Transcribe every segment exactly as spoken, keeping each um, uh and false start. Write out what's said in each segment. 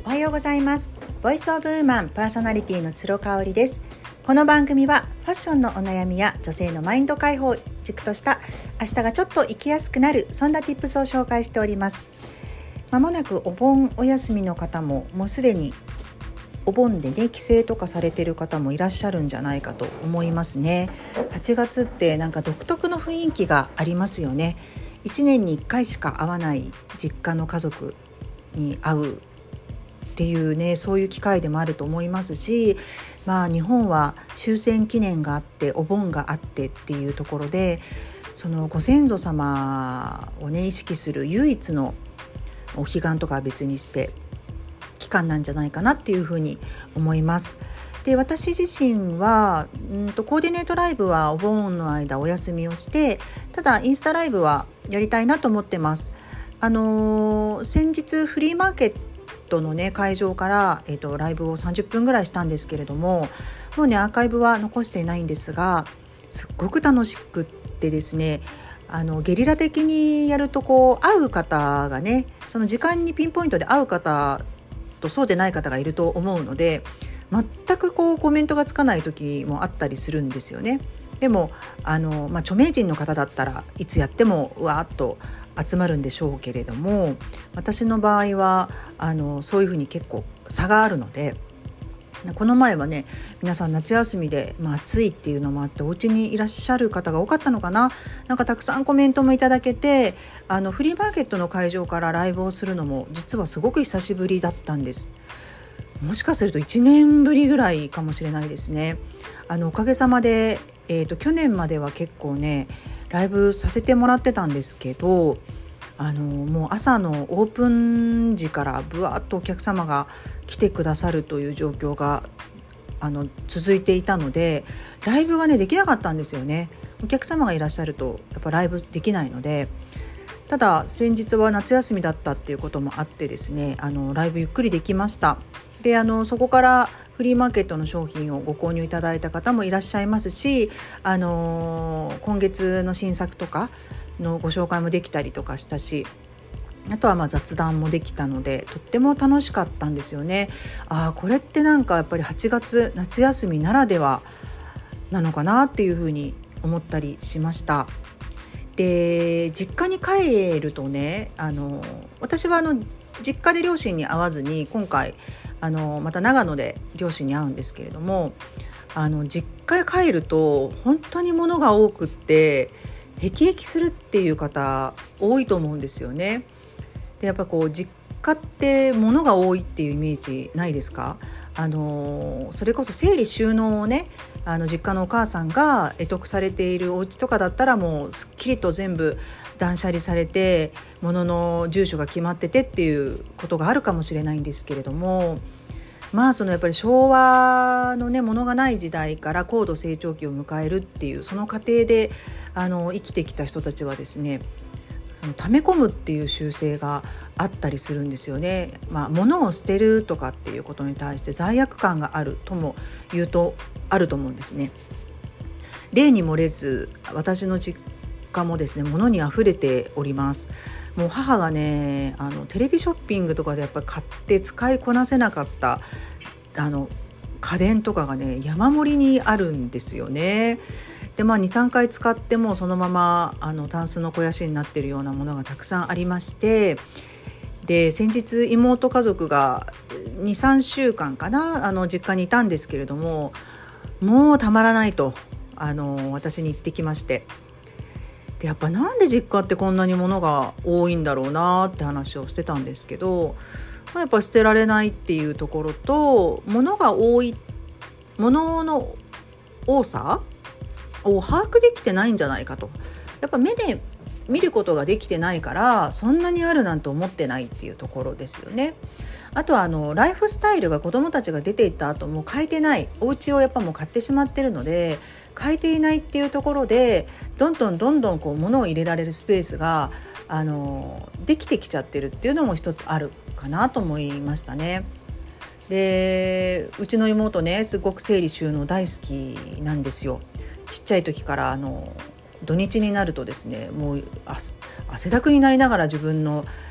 おはようございます。ボイスオブウーマンパーソナリティの鶴香織です。この番組はファッションのお悩みや女性のマインド解放を軸とした明日がちょっと生きやすくなる、そんな Tips を紹介しております。まもなくお盆お休みの方ももうすでにお盆でね帰省とかされている方もいらっしゃるんじゃないかと思いますね。はちがつってなんか独特の雰囲気がありますよね。いちねんにいっかいしか会わない実家の家族に会うっていうね、そういう機会でもあると思いますし、まあ日本は終戦記念があってお盆があってっていうところで、そのご先祖様をね意識する唯一のお彼岸とかは別にして期間なんじゃないかなっていうふうに思います。で、私自身はんとコーディネートライブはお盆の間お休みをして、ただインスタライブはやりたいなと思ってます。あのー、先日フリーマーケットのね会場から、えーと、ライブをさんじゅっぷんぐらいしたんですけれども、もうねアーカイブは残していないんですが、すっごく楽しくってですね、あのゲリラ的にやるとこう会う方がね、その時間にピンポイントで会う方とそうでない方がいると思うので、全くこうコメントがつかない時もあったりするんですよね。でもあの、まあ、著名人の方だったらいつやってもうわーっと集まるんでしょうけれども、私の場合はあのそういうふうに結構差があるので、この前はね皆さん夏休みで、まあ、暑いっていうのもあってお家にいらっしゃる方が多かったのかな。なんかたくさんコメントもいただけて、あのフリーマーケットの会場からライブをするのも実はすごく久しぶりだったんです。もしかするといちねんぶりぐらいかもしれないですね。あのおかげさまで、えーと、去年までは結構ねライブさせてもらってたんですけど、あのもう朝のオープン時からブワーッとお客様が来てくださるという状況があの続いていたので、ライブがねできなかったんですよね。お客様がいらっしゃるとやっぱライブできないので、ただ先日は夏休みだったっていうこともあってですね、あのライブゆっくりできました。で、あのそこからフリーマーケットの商品をご購入いただいた方もいらっしゃいますし、あのー、今月の新作とかのご紹介もできたりとかしたし、あとはまあ雑談もできたのでとっても楽しかったんですよね。ああ、これってなんかやっぱりはちがつ夏休みならではなのかなっていうふうに思ったりしました。で、実家に帰るとね、あの私はあの実家で両親に会わずに今回あのまた長野で両親に会うんですけれども、あの実家へ帰ると本当に物が多くってへきへきするっていう方多いと思うんですよね。で、やっぱこう実家って物が多いっていうイメージないですか？あのそれこそ整理収納をね、あの実家のお母さんが会得されているお家とかだったらもうすっきりと全部断捨離されて物の住所が決まっててっていうことがあるかもしれないんですけれども、まあそのやっぱり昭和のね物がない時代から高度成長期を迎えるっていうその過程であの生きてきた人たちはですね、その溜め込むっていう習性があったりするんですよね。まあ、物を捨てるとかっていうことに対して罪悪感があるとも言うとあると思うんですね。例に漏れず私の実家もですね物にあふれております。もう母がねあのテレビショッピングとかでやっぱり買って使いこなせなかったあの家電とかがね山盛りにあるんですよね。で、まあ、にさんかい使ってもそのままあのタンスの肥やしになっているようなものがたくさんありまして、で先日妹家族が にさんしゅうかんかなあの実家にいたんですけれども、もうたまらないとあの私に言ってきまして、でやっぱなんで実家ってこんなに物が多いんだろうなって話をしてたんですけど、まあ、やっぱ捨てられないっていうところと、物が多い物の多さを把握できてないんじゃないかと。やっぱ目で見ることができてないからそんなにあるなんて思ってないっていうところですよね。あとはあのライフスタイルが子どもたちが出ていった後も変えてない、お家をやっぱもう買ってしまってるので変えていないっていうところでどんどんどんどんこう物を入れられるスペースがあのできてきちゃってるっていうのも一つあるかなと思いましたね。で、うちの妹ねすごく整理収納大好きなんですよ。ちっちゃい時からあの土日になるとですねもう汗だくになりながら自分の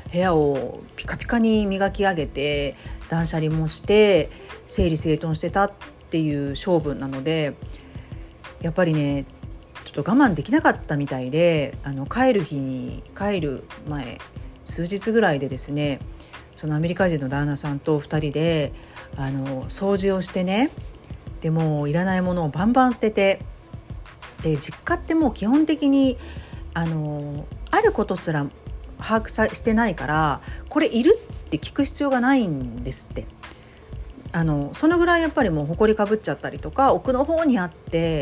部屋をピカピカに磨き上げて断捨離もして整理整頓してたっていう性分なので、やっぱりねちょっと我慢できなかったみたいで、あの帰る日に帰る前数日ぐらいでですね、そのアメリカ人の旦那さんとふたりであの掃除をしてね、でもういらないものをバンバン捨てて、で実家ってもう基本的にあのあることすら把握さしてないから、これいるって聞く必要がないんですって。あのそのぐらいやっぱりもう埃かぶっちゃったりとか奥の方にあって、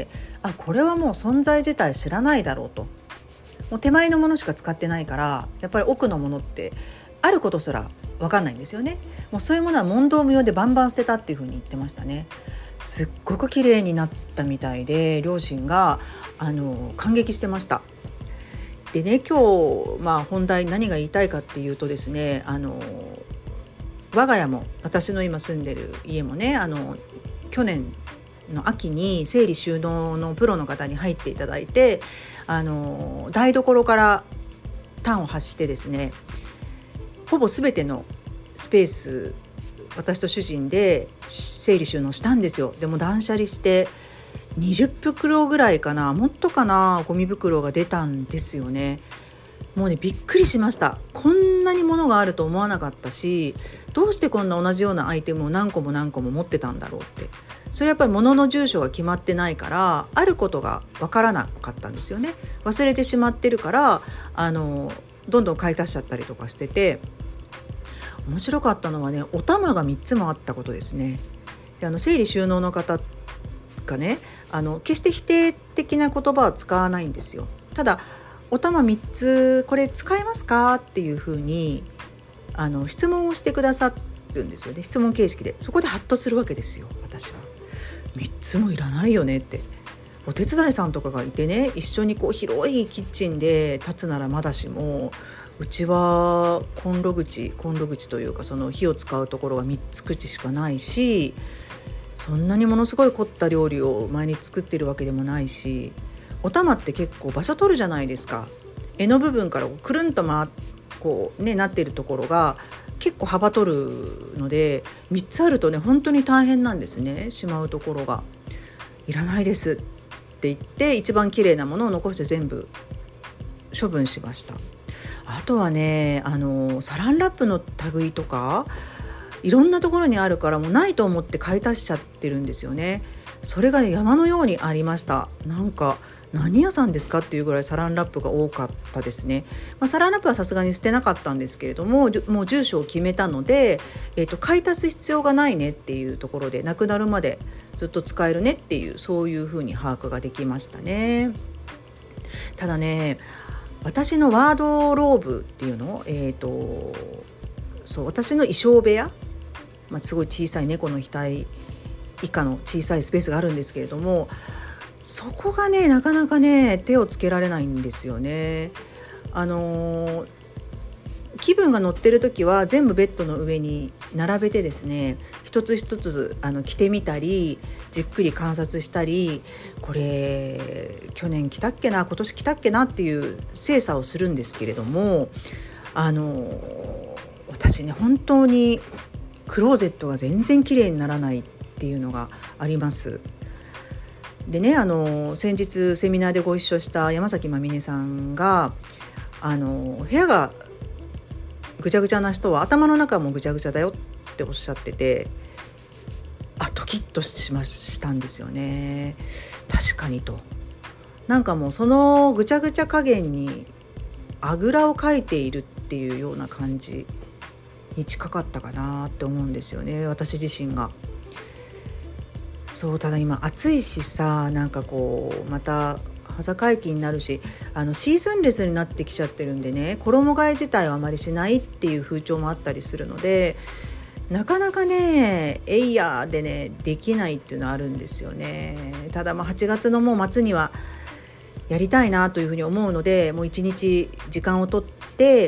あこれはもう存在自体知らないだろうと、もう手前のものしか使ってないから、やっぱり奥のものってあることすら分かんないんですよね。もうそういうものは問答無用でバンバン捨てたっていうふうに言ってましたね。すっごく綺麗になったみたいで、両親があの感激してました。でね、今日、まあ、本題何が言いたいかっていうとですね、あの我が家も私の今住んでる家もね、あの去年の秋に整理収納のプロの方に入っていただいて、あの台所から端を発してですね、ほぼ全てのスペース私と主人で整理収納したんですよ。でも断捨離してにじゅっぷくろぐらいかな、もっとかな、ゴミ袋が出たんですよね。もうねびっくりしました。こんなに物があると思わなかったし、どうしてこんな同じようなアイテムを何個も何個も持ってたんだろうって。それやっぱり物の住所が決まってないから、あることが分からなかったんですよね。忘れてしまってるから、あのどんどん買い足しちゃったりとかしてて、面白かったのはね、お玉がみっつもあったことですね。であの整理収納の方がね、あの決して否定的な言葉は使わないんですよ。ただお玉みっつこれ使えますかっていうふうにあの質問をしてくださるんですよね。質問形式で。そこでハッとするわけですよ。私はみっつもいらないよねって。お手伝いさんとかがいてね、一緒にこう広いキッチンで立つならまだしも、うちはコンロ口コンロ口というか、その火を使うところがみっつ口しかないし、そんなにものすごい凝った料理を前に作ってるわけでもないし、お玉って結構場所取るじゃないですか。柄の部分からくるんと回こう、ね、なっているところが結構幅取るので、みっつあるとね本当に大変なんですね。しまうところがいらないですって言って、一番綺麗なものを残して全部処分しました。あとはね、あのサランラップの類とかいろんなところにあるから、もうないと思って買い足しちゃってるんですよね。それが、ね、山のようにありました。なんか何屋さんですかっていうぐらいサランラップが多かったですね。まあ、サランラップはさすがに捨てなかったんですけれども、もう住所を決めたので、えーと、買い足す必要がないねっていうところで、なくなるまでずっと使えるねっていう、そういうふうに把握ができましたね。ただね、私のワードローブっていうの、えーと、そう私の衣装部屋、まあ、すごい小さい猫の額以下の小さいスペースがあるんですけれども、そこがねなかなかね手をつけられないんですよね。あのー、気分が乗ってる時は全部ベッドの上に並べてですね、一つ一つあの着てみたり、じっくり観察したり、これ去年着たっけな、今年着たっけなっていう精査をするんですけれども、あのー、私ね本当にクローゼットが全然綺麗にならないっていうのがあります。でね、あの先日セミナーでご一緒した山崎まみねさんが、あの部屋がぐちゃぐちゃな人は頭の中もぐちゃぐちゃだよっておっしゃってて、あドキッとしましたんですよね。確かにと、なんかもうそのぐちゃぐちゃ加減にあぐらをかいているっていうような感じに近かったかなって思うんですよね、私自身が。そう、ただ今暑いしさ、なんかこうまた端境期になるし、あのシーズンレスになってきちゃってるんでね、衣替え自体はあまりしないっていう風潮もあったりするので、なかなかねエイヤーでねできないっていうのはあるんですよね。ただまあはちがつのもう末にはやりたいなというふうに思うので、もう一日時間をとって、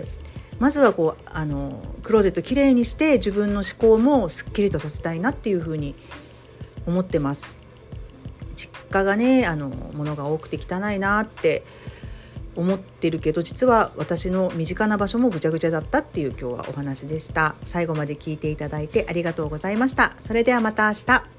まずはこうあのクローゼットきれいにして自分の思考もすっきりとさせたいなっていうふうに思ってます。実家がねあの物が多くて汚いなって思ってるけど、実は私の身近な場所もぐちゃぐちゃだったっていう今日はお話でした。最後まで聞いていただいてありがとうございました。それではまた明日。